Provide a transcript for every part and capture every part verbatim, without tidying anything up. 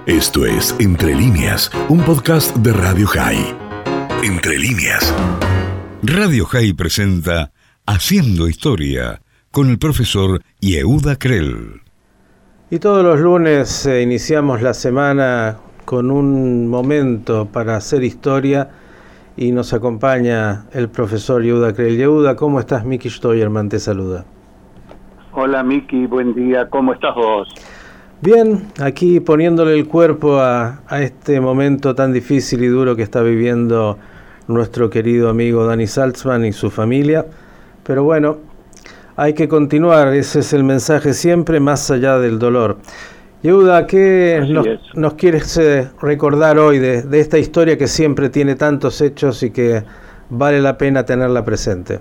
Esto es Entre Líneas, un podcast de Radio High. Entre Líneas. Radio High presenta Haciendo Historia con el profesor Yehuda Krell. Y todos los lunes eh, iniciamos la semana con un momento para hacer historia y nos acompaña el profesor Yehuda Krell. Yehuda, ¿cómo estás? Miki Steuermann te saluda. Hola Miki, buen día, ¿cómo estás vos? Bien, aquí poniéndole el cuerpo a, a este momento tan difícil y duro que está viviendo nuestro querido amigo Dani Saltzman y su familia, pero bueno, hay que continuar, ese es el mensaje siempre, más allá del dolor. Yehuda, ¿qué nos, nos quieres eh, recordar hoy de, de esta historia que siempre tiene tantos hechos y que vale la pena tenerla presente?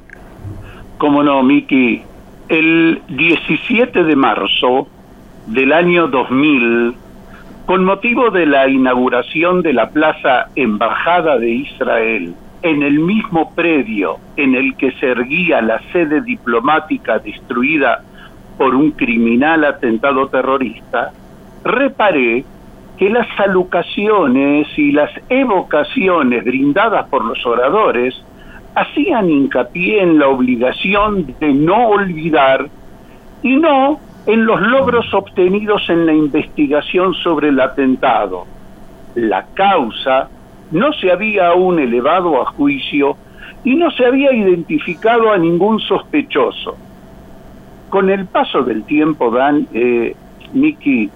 Cómo no, Miki. El diecisiete de marzo del año dos mil, con motivo de la inauguración de la Plaza Embajada de Israel, en el mismo predio en el que se erguía la sede diplomática destruida por un criminal atentado terrorista, reparé que las salucaciones y las evocaciones brindadas por los oradores hacían hincapié en la obligación de no olvidar y no en los logros obtenidos en la investigación sobre el atentado. La causa no se había aún elevado a juicio y no se había identificado a ningún sospechoso. Con el paso del tiempo, Dan, eh, Miki,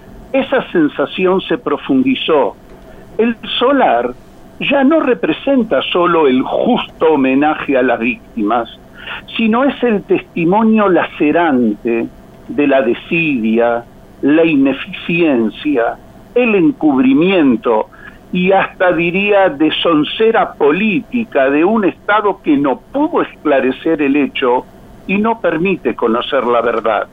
esa sensación se profundizó. El solar ya no representa solo el justo homenaje a las víctimas, sino es el testimonio lacerante de la desidia, la ineficiencia, el encubrimiento y hasta diría desoncera política de un Estado que no pudo esclarecer el hecho y no permite conocer la verdad.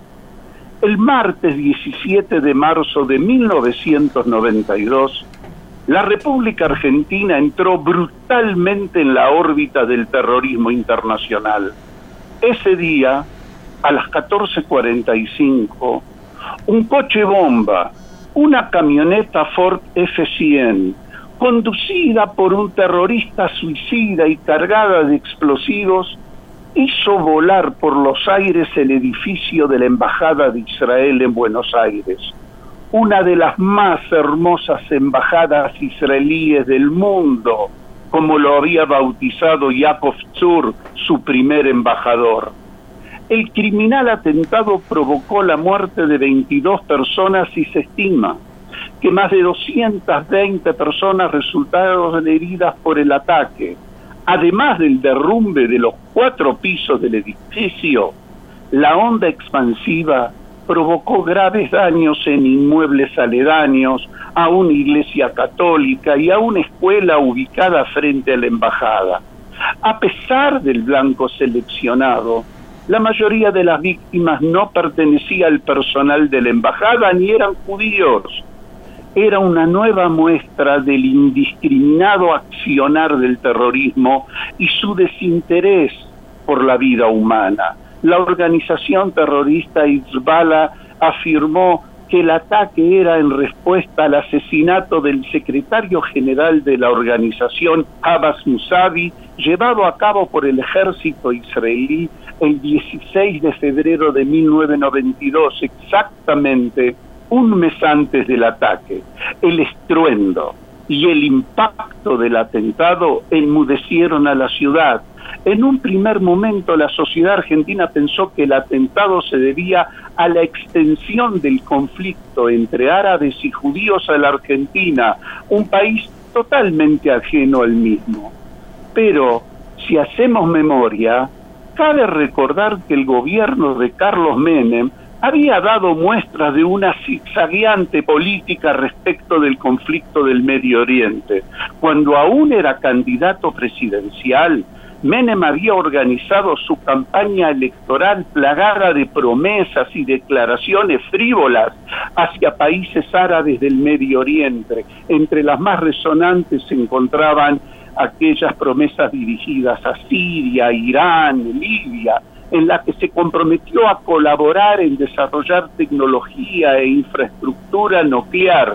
El martes diecisiete de marzo de mil novecientos noventa y dos, la República Argentina entró brutalmente en la órbita del terrorismo internacional. Ese día, a las catorce cuarenta y cinco, un coche bomba, una camioneta Ford F cien, conducida por un terrorista suicida y cargada de explosivos, hizo volar por los aires el edificio de la Embajada de Israel en Buenos Aires, una de las más hermosas embajadas israelíes del mundo, como lo había bautizado Yaakov Tzur, su primer embajador. El criminal atentado provocó la muerte de veintidós personas y se estima que más de doscientas veinte personas resultaron heridas por el ataque. Además del derrumbe de los cuatro pisos del edificio, la onda expansiva provocó graves daños en inmuebles aledaños, a una iglesia católica y a una escuela ubicada frente a la embajada. A pesar del blanco seleccionado, la mayoría de las víctimas no pertenecía al personal de la embajada ni eran judíos. Era una nueva muestra del indiscriminado accionar del terrorismo y su desinterés por la vida humana. La organización terrorista Hezbollah afirmó que el ataque era en respuesta al asesinato del secretario general de la organización, Abbas Mousavi, llevado a cabo por el ejército israelí el dieciséis de febrero de mil novecientos noventa y dos, exactamente un mes antes del ataque. El estruendo y el impacto del atentado enmudecieron a la ciudad. En un primer momento la sociedad argentina pensó que el atentado se debía a la extensión del conflicto entre árabes y judíos a la Argentina, un país totalmente ajeno al mismo. Pero, si hacemos memoria, cabe recordar que el gobierno de Carlos Menem había dado muestras de una zigzagueante política respecto del conflicto del Medio Oriente. Cuando aún era candidato presidencial, Menem había organizado su campaña electoral plagada de promesas y declaraciones frívolas hacia países árabes del Medio Oriente. Entre las más resonantes se encontraban aquellas promesas dirigidas a Siria, Irán, Libia, en la que se comprometió a colaborar en desarrollar tecnología e infraestructura nuclear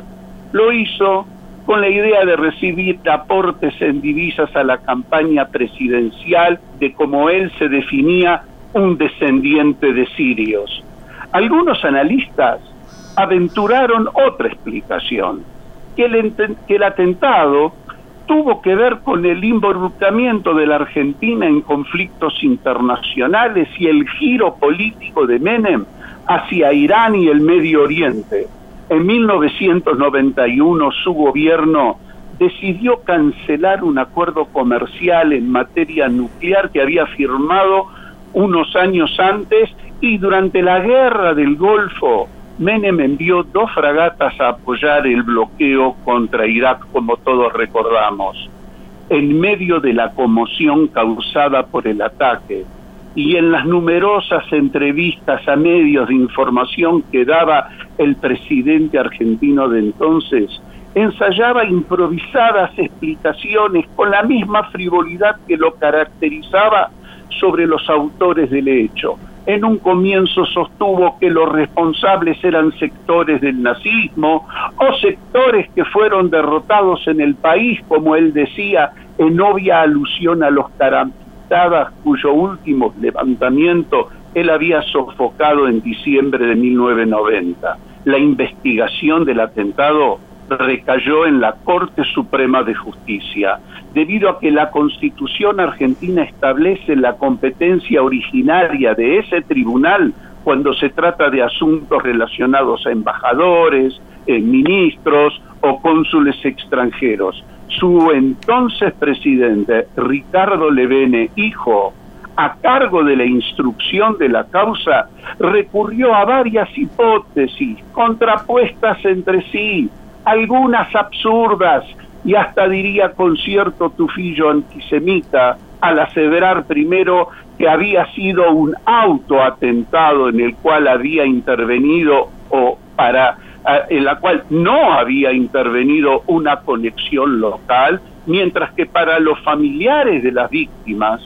Lo hizo con la idea de recibir aportes en divisas a la campaña presidencial de, como él se definía, un descendiente de sirios. Algunos analistas aventuraron otra explicación, que el, que el atentado tuvo que ver con el involucramiento de la Argentina en conflictos internacionales y el giro político de Menem hacia Irán y el Medio Oriente. En mil novecientos noventa y uno su gobierno decidió cancelar un acuerdo comercial en materia nuclear que había firmado unos años antes, y durante la guerra del Golfo Menem envió dos fragatas a apoyar el bloqueo contra Irak, como todos recordamos. En medio de la conmoción causada por el ataque y en las numerosas entrevistas a medios de información que daba el presidente argentino de entonces, ensayaba improvisadas explicaciones con la misma frivolidad que lo caracterizaba sobre los autores del hecho. En un comienzo sostuvo que los responsables eran sectores del nazismo o sectores que fueron derrotados en el país, como él decía, en obvia alusión a los Tarantadas, cuyo último levantamiento él había sofocado en diciembre de mil novecientos noventa. La investigación del atentado recayó en la Corte Suprema de Justicia, debido a que la Constitución argentina establece la competencia originaria de ese tribunal cuando se trata de asuntos relacionados a embajadores, eh, ministros o cónsules extranjeros. Su entonces presidente, Ricardo Levene, hijo, a cargo de la instrucción de la causa, recurrió a varias hipótesis contrapuestas entre sí, algunas absurdas y hasta diría con cierto tufillo antisemita, al aseverar primero que había sido un autoatentado en el cual había intervenido o para en la cual no había intervenido una conexión local, mientras que para los familiares de las víctimas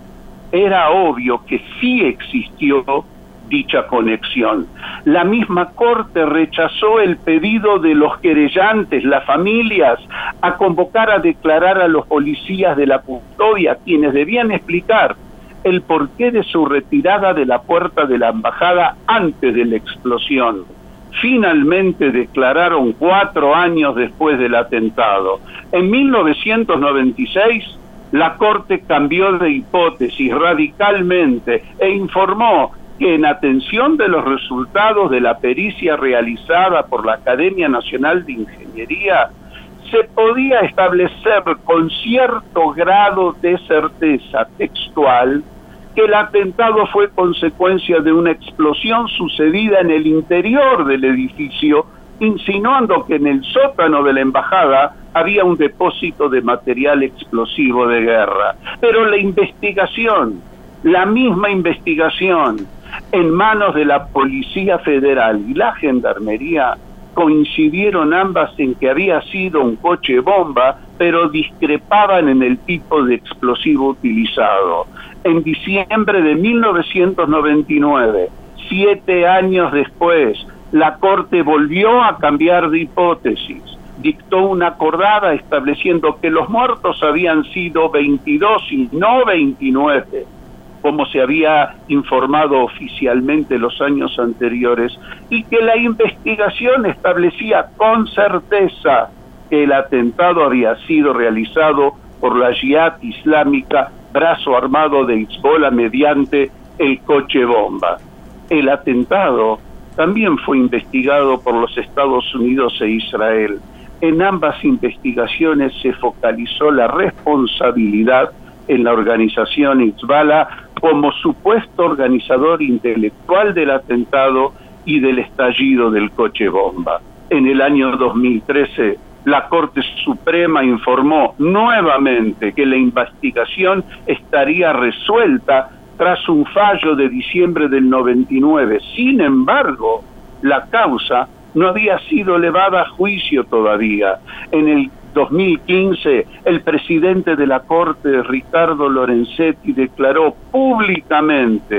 era obvio que sí existió dicha conexión. La misma Corte rechazó el pedido de los querellantes, las familias, a convocar a declarar a los policías de la custodia, quienes debían explicar el porqué de su retirada de la puerta de la embajada antes de la explosión. Finalmente declararon cuatro años después del atentado. En mil novecientos noventa y seis, la Corte cambió de hipótesis radicalmente e informó que en atención de los resultados de la pericia realizada por la Academia Nacional de Ingeniería, se podía establecer con cierto grado de certeza textual que el atentado fue consecuencia de una explosión sucedida en el interior del edificio, insinuando que en el sótano de la embajada había un depósito de material explosivo de guerra. Pero la investigación, la misma investigación, en manos de la Policía Federal y la Gendarmería, coincidieron ambas en que había sido un coche bomba, pero discrepaban en el tipo de explosivo utilizado. En diciembre de mil novecientos noventa y nueve, siete años después, la Corte volvió a cambiar de hipótesis. Dictó una acordada estableciendo que los muertos habían sido veintidós y no veintinueve, como se había informado oficialmente los años anteriores, y que la investigación establecía con certeza que el atentado había sido realizado por la Yihad Islámica, brazo armado de Hezbollah, mediante el coche bomba. El atentado también fue investigado por los Estados Unidos e Israel. En ambas investigaciones se focalizó la responsabilidad en la organización Hezbollah como supuesto organizador intelectual del atentado y del estallido del coche bomba. En el año dos mil trece, la Corte Suprema informó nuevamente que la investigación estaría resuelta tras un fallo de diciembre del noventa y nueve. Sin embargo, la causa no había sido elevada a juicio todavía. En el dos mil quince, el presidente de la Corte, Ricardo Lorenzetti, declaró públicamente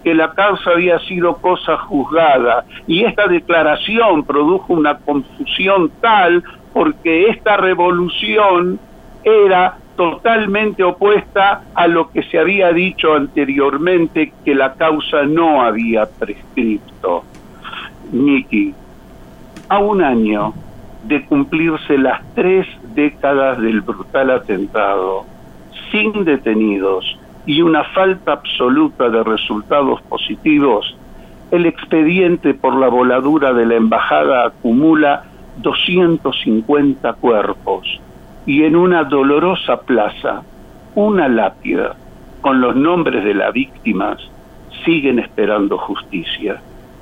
que la causa había sido cosa juzgada, y esta declaración produjo una confusión tal porque esta revolución era totalmente opuesta a lo que se había dicho anteriormente, que la causa no había prescripto. Miki, a un año de cumplirse las tres décadas del brutal atentado, sin detenidos y una falta absoluta de resultados positivos, el expediente por la voladura de la embajada acumula doscientos cincuenta cuerpos, y en una dolorosa plaza, una lápida con los nombres de las víctimas siguen esperando justicia.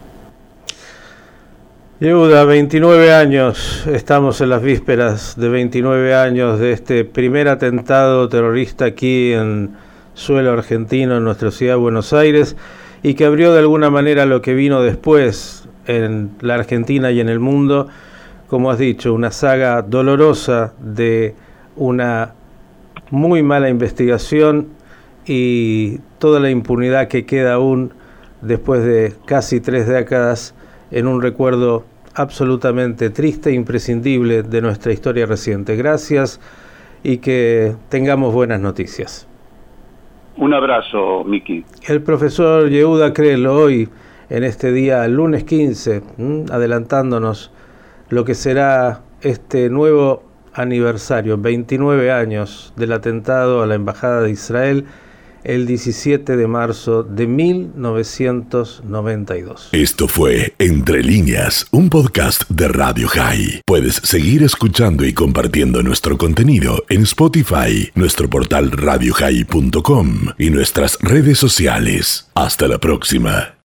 Yehuda, veintinueve años, estamos en las vísperas de veintinueve años de este primer atentado terrorista aquí en suelo argentino, en nuestra ciudad de Buenos Aires, y que abrió de alguna manera lo que vino después en la Argentina y en el mundo, como has dicho, una saga dolorosa de una muy mala investigación y toda la impunidad que queda aún después de casi tres décadas en un recuerdo absolutamente triste e imprescindible de nuestra historia reciente. Gracias y que tengamos buenas noticias. Un abrazo, Miki. El profesor Yehuda Krell hoy, en este día, lunes quince, ¿m? adelantándonos lo que será este nuevo aniversario, veintinueve años del atentado a la Embajada de Israel, el diecisiete de marzo de mil novecientos noventa y dos. Esto fue Entre Líneas, un podcast de Radio High. Puedes seguir escuchando y compartiendo nuestro contenido en Spotify, nuestro portal radio high punto com y nuestras redes sociales. Hasta la próxima.